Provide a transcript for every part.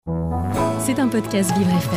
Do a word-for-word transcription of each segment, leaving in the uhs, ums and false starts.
C'est un podcast Vivre F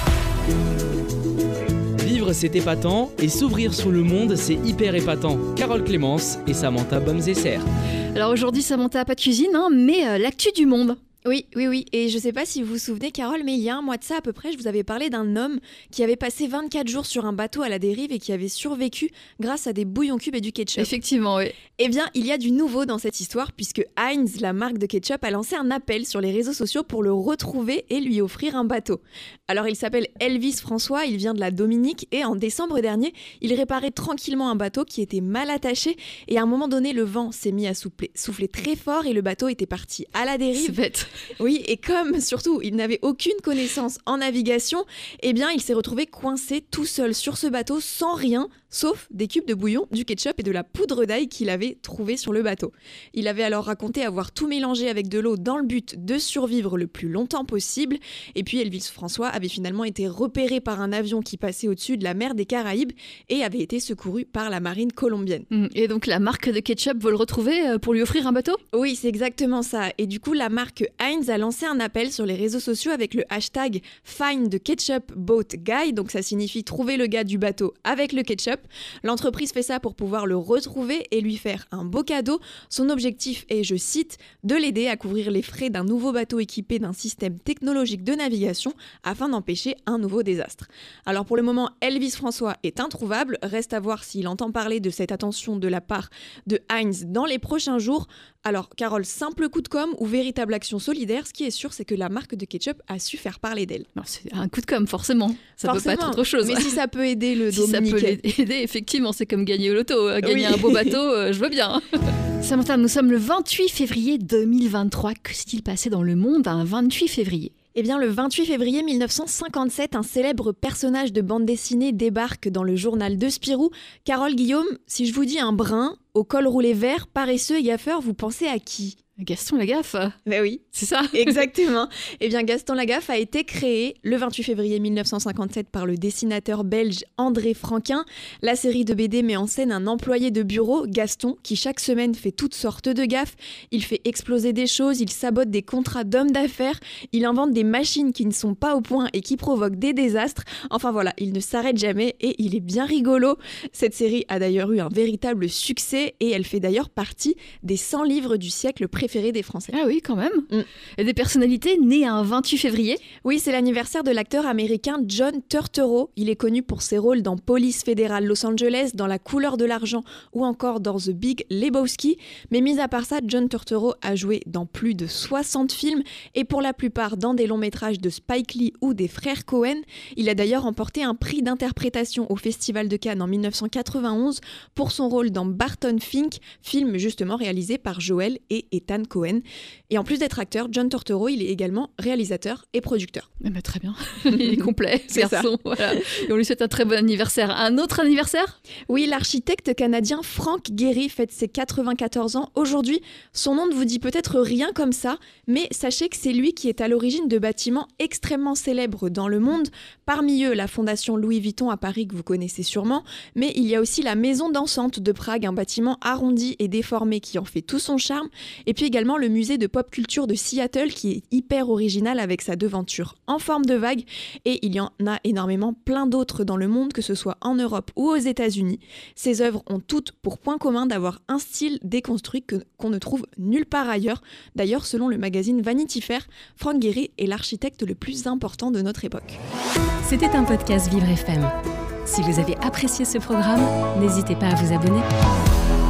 M. Vivre, c'est épatant, et s'ouvrir sur le monde, c'est hyper épatant. Carole Clémence et Samantha Bomzesser. Alors aujourd'hui, Samantha, pas de cuisine, hein, mais euh, l'actu du monde. Oui, oui, oui. Et je sais pas si vous vous souvenez, Carole, mais il y a un mois de ça à peu près, je vous avais parlé d'un homme qui avait passé vingt-quatre jours sur un bateau à la dérive et qui avait survécu grâce à des bouillons cubes et du ketchup. Effectivement, oui. Eh bien, il y a du nouveau dans cette histoire puisque Heinz, la marque de ketchup, a lancé un appel sur les réseaux sociaux pour le retrouver et lui offrir un bateau. Alors, il s'appelle Elvis François, il vient de la Dominique et en décembre dernier, il réparait tranquillement un bateau qui était mal attaché et à un moment donné, le vent s'est mis à souffler, souffler très fort et le bateau était parti à la dérive. C'est bête. Oui, et comme surtout il n'avait aucune connaissance en navigation, eh bien il s'est retrouvé coincé tout seul sur ce bateau sans rien, sauf des cubes de bouillon, du ketchup et de la poudre d'ail qu'il avait trouvé sur le bateau. Il avait alors raconté avoir tout mélangé avec de l'eau dans le but de survivre le plus longtemps possible. Et puis Elvis François avait finalement été repéré par un avion qui passait au-dessus de la mer des Caraïbes et avait été secouru par la marine colombienne. Et donc la marque de ketchup veut le retrouver pour lui offrir un bateau ? Oui, c'est exactement ça. Et du coup, la marque Heinz a lancé un appel sur les réseaux sociaux avec le hashtag Find the Ketchup Boat Guy, donc ça signifie trouver le gars du bateau avec le ketchup. L'entreprise fait ça pour pouvoir le retrouver et lui faire un beau cadeau. Son objectif est, je cite, de l'aider à couvrir les frais d'un nouveau bateau équipé d'un système technologique de navigation afin d'empêcher un nouveau désastre. Alors pour le moment, Elvis François est introuvable. Reste à voir s'il entend parler de cette attention de la part de Heinz dans les prochains jours. Alors Carole, simple coup de com' ou véritable action solidaire, ce qui est sûr, c'est que la marque de ketchup a su faire parler d'elle. Non, c'est un coup de com', forcément. Ça forcément, peut pas être autre chose. Mais si ça peut aider le si Dominique. ça peut l'aider, effectivement, c'est comme gagner au loto. Gagner Oui. un beau bateau, euh, je veux bien. Samantha, nous sommes le vingt-huit février deux mille vingt-trois. Que s'est-il passé dans le monde un vingt-huit février ? Eh bien, le vingt-huit février mille neuf cent cinquante-sept, un célèbre personnage de bande dessinée débarque dans le journal de Spirou. Carole, Guillaume, si je vous dis un brun, au col roulé vert, paresseux et gaffeur, vous pensez à qui ? Gaston Lagaffe. Ben oui, c'est ça. Exactement. Eh bien, Gaston Lagaffe a été créé le vingt-huit février mille neuf cent cinquante-sept par le dessinateur belge André Franquin. La série de B D met en scène un employé de bureau, Gaston, qui chaque semaine fait toutes sortes de gaffes. Il fait exploser des choses, il sabote des contrats d'hommes d'affaires, il invente des machines qui ne sont pas au point et qui provoquent des désastres. Enfin voilà, il ne s'arrête jamais et il est bien rigolo. Cette série a d'ailleurs eu un véritable succès et elle fait d'ailleurs partie des cent livres du siècle préférés des Français. Ah oui, quand même. Mm. Et des personnalités nées un vingt-huit février. Oui, c'est l'anniversaire de l'acteur américain John Turturro. Il est connu pour ses rôles dans Police fédérale Los Angeles, dans La couleur de l'argent ou encore dans The Big Lebowski. Mais mis à part ça, John Turturro a joué dans plus de soixante films et pour la plupart dans des longs métrages de Spike Lee ou des frères Coen. Il a d'ailleurs remporté un prix d'interprétation au Festival de Cannes en mille neuf cent quatre-vingt-onze pour son rôle dans Barton Fink, film justement réalisé par Joel et Ethan Coen. Et en plus d'être acteur, John Turturro, il est également réalisateur et producteur. Eh ben, très bien, il est complet, ce C'est garçon. Voilà. Et on lui souhaite un très bon anniversaire. Un autre anniversaire ? Oui, l'architecte canadien Frank Gehry fête ses quatre-vingt-quatorze ans aujourd'hui. Son nom ne vous dit peut-être rien comme ça, mais sachez que c'est lui qui est à l'origine de bâtiments extrêmement célèbres dans le monde. Parmi eux, la fondation Louis Vuitton à Paris que vous connaissez sûrement, mais il y a aussi la Maison dansante de Prague, un bâtiment arrondi et déformé qui en fait tout son charme. Et puis également le musée de pop culture de Seattle qui est hyper original avec sa devanture en forme de vague. Et il y en a énormément plein d'autres dans le monde, que ce soit en Europe ou aux États-Unis. Ces œuvres ont toutes pour point commun d'avoir un style déconstruit que, qu'on ne trouve nulle part ailleurs. D'ailleurs, selon le magazine Vanity Fair, Frank Gehry est l'architecte le plus important de notre époque. C'était un podcast Vivre F M. Si vous avez apprécié ce programme, n'hésitez pas à vous abonner.